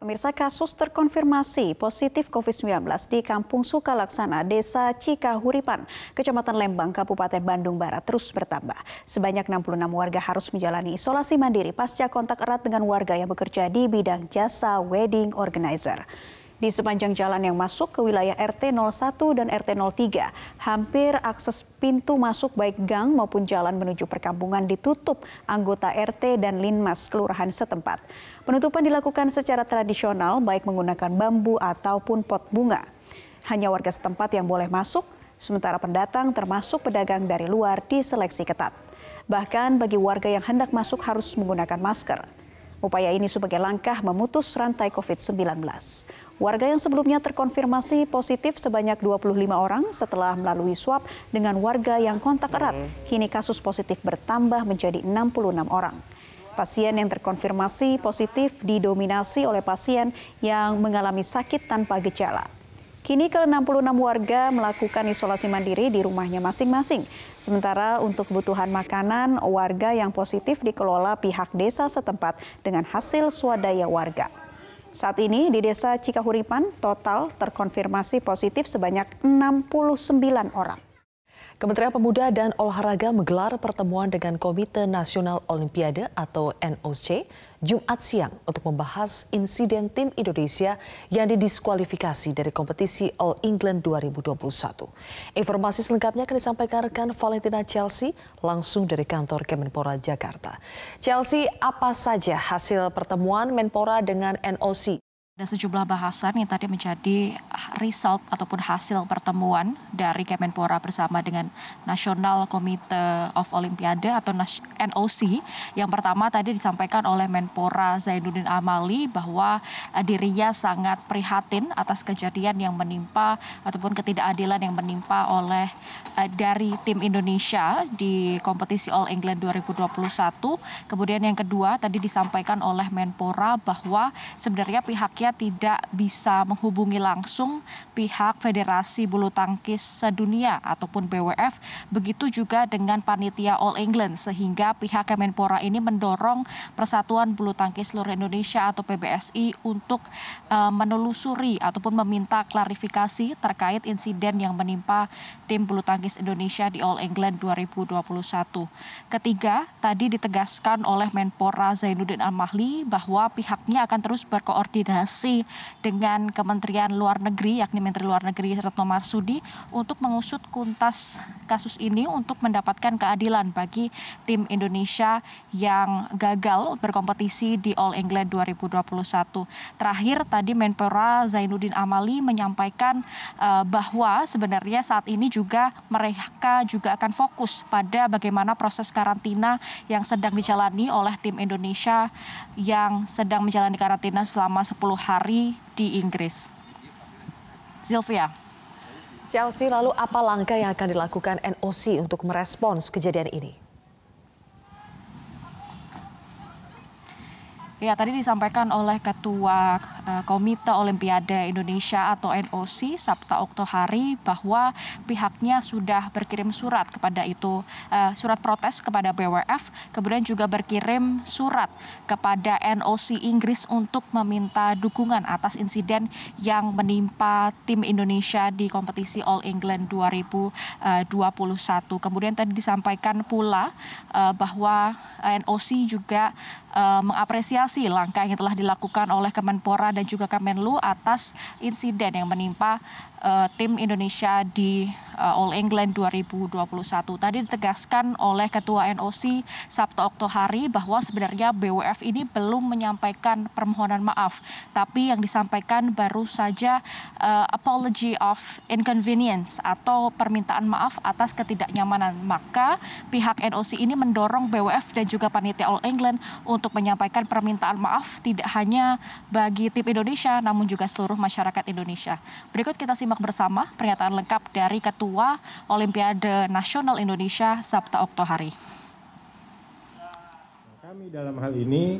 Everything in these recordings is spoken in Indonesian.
Pemirsa, kasus terkonfirmasi positif COVID-19 di Kampung Sukalaksana, Desa Cikahuripan, Kecamatan Lembang, Kabupaten Bandung Barat terus bertambah. Sebanyak 66 warga harus menjalani isolasi mandiri pasca kontak erat dengan warga yang bekerja di bidang jasa wedding organizer. Di sepanjang jalan yang masuk ke wilayah RT 01 dan RT 03, hampir akses pintu masuk baik gang maupun jalan menuju perkampungan ditutup anggota RT dan Linmas kelurahan setempat. Penutupan dilakukan secara tradisional baik menggunakan bambu ataupun pot bunga. Hanya warga setempat yang boleh masuk, sementara pendatang termasuk pedagang dari luar diseleksi ketat. Bahkan bagi warga yang hendak masuk harus menggunakan masker. Upaya ini sebagai langkah memutus rantai COVID-19. Warga yang sebelumnya terkonfirmasi positif sebanyak 25 orang setelah melalui swab dengan warga yang kontak erat. Kini kasus positif bertambah menjadi 66 orang. Pasien yang terkonfirmasi positif didominasi oleh pasien yang mengalami sakit tanpa gejala. Kini ke-66 warga melakukan isolasi mandiri di rumahnya masing-masing. Sementara untuk kebutuhan makanan, warga yang positif dikelola pihak desa setempat dengan hasil swadaya warga. Saat ini di Desa Cikahuripan total terkonfirmasi positif sebanyak 69 orang. Kementerian Pemuda dan Olahraga menggelar pertemuan dengan Komite Nasional Olimpiade atau NOC Jumat siang untuk membahas insiden tim Indonesia yang didiskualifikasi dari kompetisi All England 2021. Informasi selengkapnya akan disampaikan rekan Valentina Chelsea langsung dari kantor Kemenpora Jakarta. Chelsea, apa saja hasil pertemuan Menpora dengan NOC? Ada sejumlah bahasan yang tadi menjadi result ataupun hasil pertemuan dari Kemenpora bersama dengan National Committee of Olympiade atau NOC. Yang pertama tadi disampaikan oleh Menpora Zainuddin Amali bahwa dirinya sangat prihatin atas kejadian yang menimpa ataupun ketidakadilan yang menimpa oleh dari tim Indonesia di kompetisi All England 2021. Kemudian yang kedua tadi disampaikan oleh Menpora bahwa sebenarnya pihaknya tidak bisa menghubungi langsung pihak Federasi Bulu Tangkis Sedunia ataupun BWF, begitu juga dengan panitia All England, sehingga pihak Kemenpora ini mendorong Persatuan Bulu Tangkis Seluruh Indonesia atau PBSI untuk menelusuri ataupun meminta klarifikasi terkait insiden yang menimpa tim bulu tangkis Indonesia di All England 2021. Ketiga, tadi ditegaskan oleh Menpora Zainuddin Amali bahwa pihaknya akan terus berkoordinasi dengan Kementerian Luar Negeri, yakni Menteri Luar Negeri Retno Marsudi, untuk mengusut tuntas kasus ini untuk mendapatkan keadilan bagi tim Indonesia yang gagal berkompetisi di All England 2021. Terakhir tadi Menpora Zainuddin Amali menyampaikan bahwa sebenarnya saat ini juga mereka juga akan fokus pada bagaimana proses karantina yang sedang dijalani oleh tim Indonesia yang sedang menjalani karantina selama 10 hari di Inggris. Sylvia. Chelsea, lalu apa langkah yang akan dilakukan NOC untuk merespons kejadian ini? Ya, tadi disampaikan oleh Ketua Komite Olimpiade Indonesia atau NOC, Sabta Oktohari, bahwa pihaknya sudah berkirim surat kepada surat protes kepada BWF, kemudian juga berkirim surat kepada NOC Inggris untuk meminta dukungan atas insiden yang menimpa tim Indonesia di kompetisi All England 2021. Kemudian tadi disampaikan pula bahwa NOC juga mengapresiasi langkah yang telah dilakukan oleh Kemenpora dan juga Kemenlu atas insiden yang menimpa tim Indonesia di All England 2021. Tadi ditegaskan oleh Ketua NOC Sabto Oktohari bahwa sebenarnya BWF ini belum menyampaikan permohonan maaf, tapi yang disampaikan baru saja apology of inconvenience atau permintaan maaf atas ketidaknyamanan. Maka pihak NOC ini mendorong BWF dan juga panitia All England untuk menyampaikan permintaan maaf tidak hanya bagi tim Indonesia namun juga seluruh masyarakat Indonesia. Berikut kita simak bersama pernyataan lengkap dari Ketua Olimpiade Nasional Indonesia Sabta Oktohari. Kami dalam hal ini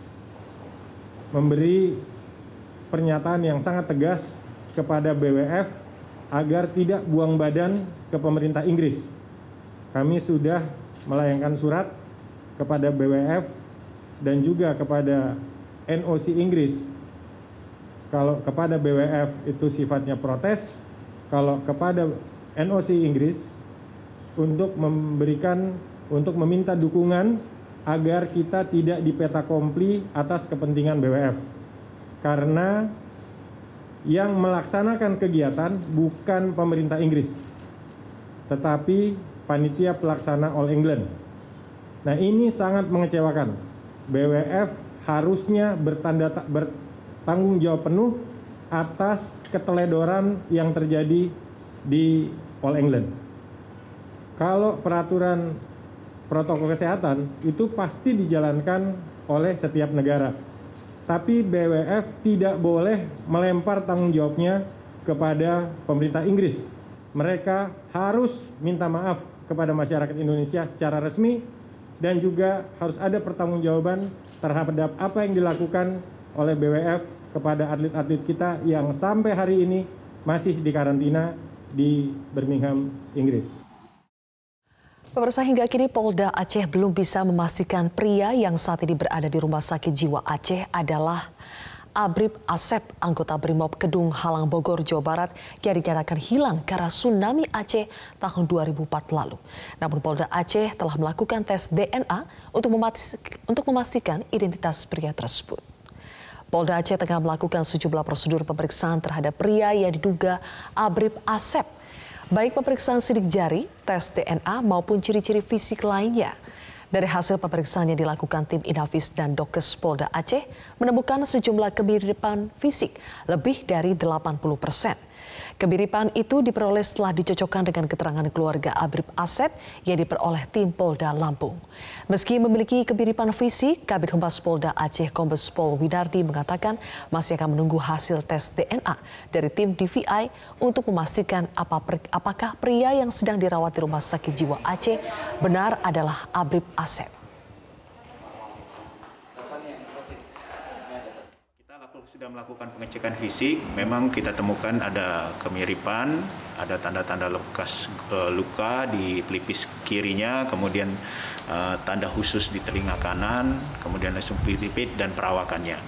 memberi pernyataan yang sangat tegas kepada BWF agar tidak buang badan ke pemerintah Inggris. Kami sudah melayangkan surat kepada BWF dan juga kepada NOC Inggris kalau kepada BWF itu sifatnya protes, kalau kepada NOC Inggris untuk meminta dukungan agar kita tidak dipetakompli atas kepentingan BWF. Karena yang melaksanakan kegiatan bukan pemerintah Inggris, tetapi panitia pelaksana All England. Nah, ini sangat mengecewakan. BWF harusnya bertanggung jawab penuh atas keteledoran yang terjadi di All England. Kalau peraturan protokol kesehatan itu pasti dijalankan oleh setiap negara. Tapi BWF tidak boleh melempar tanggung jawabnya kepada pemerintah Inggris. Mereka harus minta maaf kepada masyarakat Indonesia secara resmi dan juga harus ada pertanggungjawaban terhadap apa yang dilakukan oleh BWF kepada atlet-atlet kita yang sampai hari ini masih dikarantina di Birmingham, Inggris. Pemirsa, hingga kini Polda Aceh belum bisa memastikan pria yang saat ini berada di Rumah Sakit Jiwa Aceh adalah Abrib Asep, anggota Brimob Kedung Halang Bogor, Jawa Barat, yang dinyatakan hilang karena tsunami Aceh tahun 2004 lalu. Namun Polda Aceh telah melakukan tes DNA untuk memastikan identitas pria tersebut. Polda Aceh tengah melakukan sejumlah prosedur pemeriksaan terhadap pria yang diduga Abrib Asep, baik pemeriksaan sidik jari, tes DNA maupun ciri-ciri fisik lainnya. Dari hasil pemeriksaan yang dilakukan tim Inafis dan Dokes Polda Aceh menemukan sejumlah kemiripan fisik lebih dari 80%. Kemiripan itu diperoleh setelah dicocokkan dengan keterangan keluarga Abrib Asep yang diperoleh tim Polda Lampung. Meski memiliki kemiripan fisik, Kabid Humas Polda Aceh Kombes Pol Winardi mengatakan masih akan menunggu hasil tes DNA dari tim DVI untuk memastikan apakah pria yang sedang dirawat di Rumah Sakit Jiwa Aceh benar adalah Abrib Asep. Sudah melakukan pengecekan fisik, memang kita temukan ada kemiripan, ada tanda-tanda bekas luka di pelipis kirinya, kemudian tanda khusus di telinga kanan, kemudian lesung lipid dan perawakannya.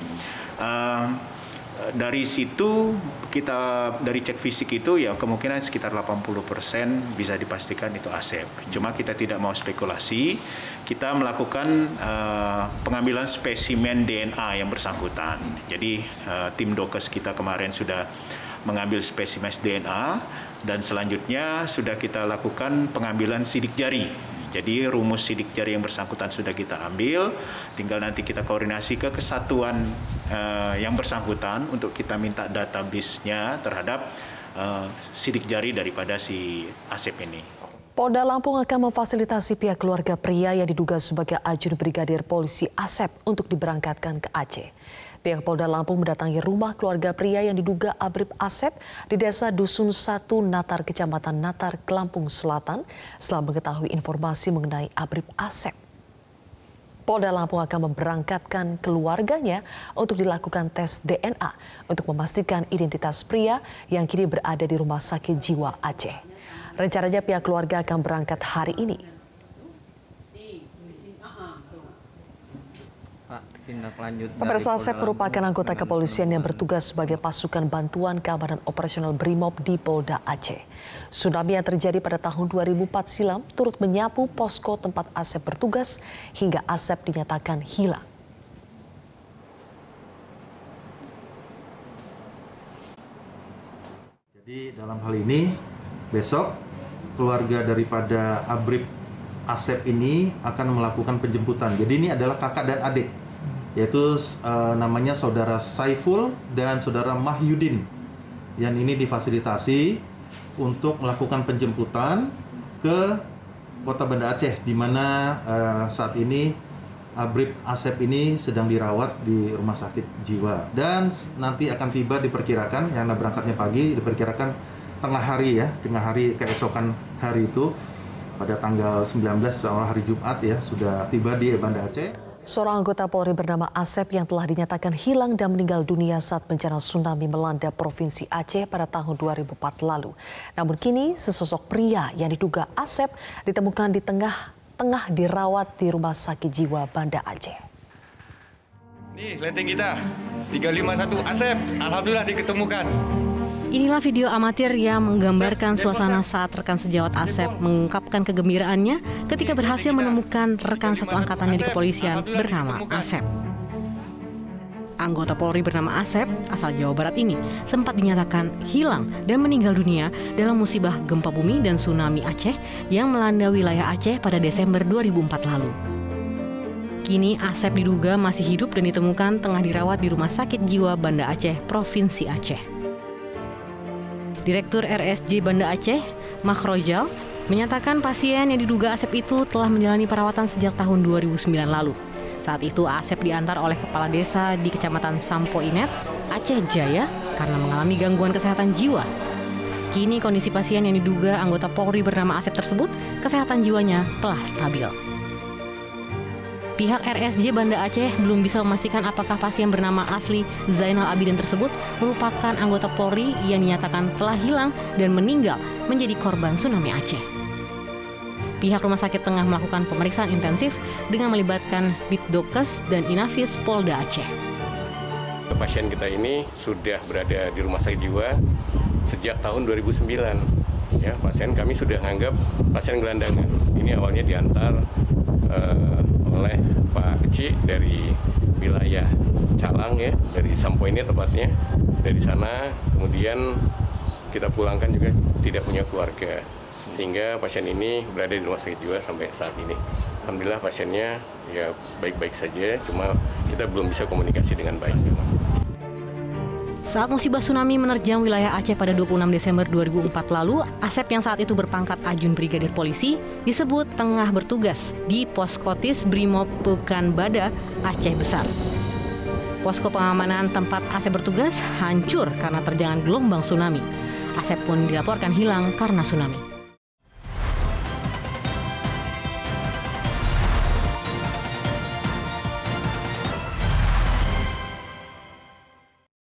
Dari situ kita dari cek fisik itu ya kemungkinan sekitar 80% bisa dipastikan itu Asep. Cuma kita tidak mau spekulasi, kita melakukan pengambilan spesimen DNA yang bersangkutan. Jadi tim Dokes kita kemarin sudah mengambil spesimen DNA dan selanjutnya sudah kita lakukan pengambilan sidik jari. Jadi rumus sidik jari yang bersangkutan sudah kita ambil, tinggal nanti kita koordinasi ke kesatuan yang bersangkutan untuk kita minta database-nya terhadap sidik jari daripada si Asep ini. Polda Lampung akan memfasilitasi pihak keluarga pria yang diduga sebagai ajun Brigadir Polisi Asep untuk diberangkatkan ke Aceh. Pihak Polda Lampung mendatangi rumah keluarga pria yang diduga Abrib Asep di Desa Dusun 1 Natar, Kecamatan Natar, Lampung Selatan, setelah mengetahui informasi mengenai Abrib Asep. Polda Lampung akan memberangkatkan keluarganya untuk dilakukan tes DNA untuk memastikan identitas pria yang kini berada di Rumah Sakit Jiwa Aceh. Rencananya pihak keluarga akan berangkat hari ini. Pemirsa, Asep merupakan anggota kepolisian yang bertugas sebagai pasukan bantuan keamanan operasional Brimob di Polda Aceh. Tsunami yang terjadi pada tahun 2004 silam turut menyapu posko tempat Asep bertugas hingga Asep dinyatakan hilang. Jadi dalam hal ini besok keluarga daripada Abrib Asep ini akan melakukan penjemputan. Jadi ini adalah kakak dan adik, yaitu namanya saudara Saiful dan saudara Mahyudin, yang ini difasilitasi untuk melakukan penjemputan ke Kota Banda Aceh, di mana saat ini Abrib Asep ini sedang dirawat di Rumah Sakit Jiwa dan nanti akan tiba diperkirakan, yang berangkatnya pagi, diperkirakan tengah hari keesokan hari itu pada tanggal 19 hari Jumat ya, sudah tiba di Banda Aceh. Seorang anggota Polri bernama Asep yang telah dinyatakan hilang dan meninggal dunia saat bencana tsunami melanda Provinsi Aceh pada tahun 2004 lalu. Namun kini sesosok pria yang diduga Asep ditemukan di tengah dirawat di Rumah Sakit Jiwa Banda Aceh. Nih, lenteng kita 351 Asep, alhamdulillah diketemukan. Inilah video amatir yang menggambarkan suasana saat rekan sejawat Asep mengungkapkan kegembiraannya ketika berhasil menemukan rekan satu angkatannya di kepolisian bernama Asep. Anggota Polri bernama Asep, asal Jawa Barat ini, sempat dinyatakan hilang dan meninggal dunia dalam musibah gempa bumi dan tsunami Aceh yang melanda wilayah Aceh pada Desember 2004 lalu. Kini Asep diduga masih hidup dan ditemukan tengah dirawat di Rumah Sakit Jiwa Banda Aceh, Provinsi Aceh. Direktur RSJ Banda Aceh, Makhrojal, menyatakan pasien yang diduga Asep itu telah menjalani perawatan sejak tahun 2009 lalu. Saat itu Asep diantar oleh kepala desa di Kecamatan Sampo Inet, Aceh Jaya karena mengalami gangguan kesehatan jiwa. Kini kondisi pasien yang diduga anggota Polri bernama Asep tersebut, kesehatan jiwanya telah stabil. Pihak RSJ Banda Aceh belum bisa memastikan apakah pasien bernama asli Zainal Abidin tersebut merupakan anggota Polri yang dinyatakan telah hilang dan meninggal menjadi korban tsunami Aceh. Pihak rumah sakit tengah melakukan pemeriksaan intensif dengan melibatkan Bitdokes dan Inafis Polda Aceh. Pasien kita ini sudah berada di rumah sakit jiwa sejak tahun 2009. Ya, pasien kami sudah anggap pasien gelandangan. Ini awalnya diantar oleh Pak Cik dari wilayah Calang, ya, dari Sampo ini tepatnya. Dari sana kemudian kita pulangkan juga tidak punya keluarga, sehingga pasien ini berada di rumah sakit jiwa sampai saat ini. Alhamdulillah pasiennya ya baik-baik saja, cuma kita belum bisa komunikasi dengan baik. Saat musibah tsunami menerjang wilayah Aceh pada 26 Desember 2004 lalu, Asep yang saat itu berpangkat Ajun Brigadir Polisi disebut tengah bertugas di Poskotis Brimob Pekanbadak Aceh Besar. Posko pengamanan tempat Asep bertugas hancur karena terjangan gelombang tsunami. Asep pun dilaporkan hilang karena tsunami.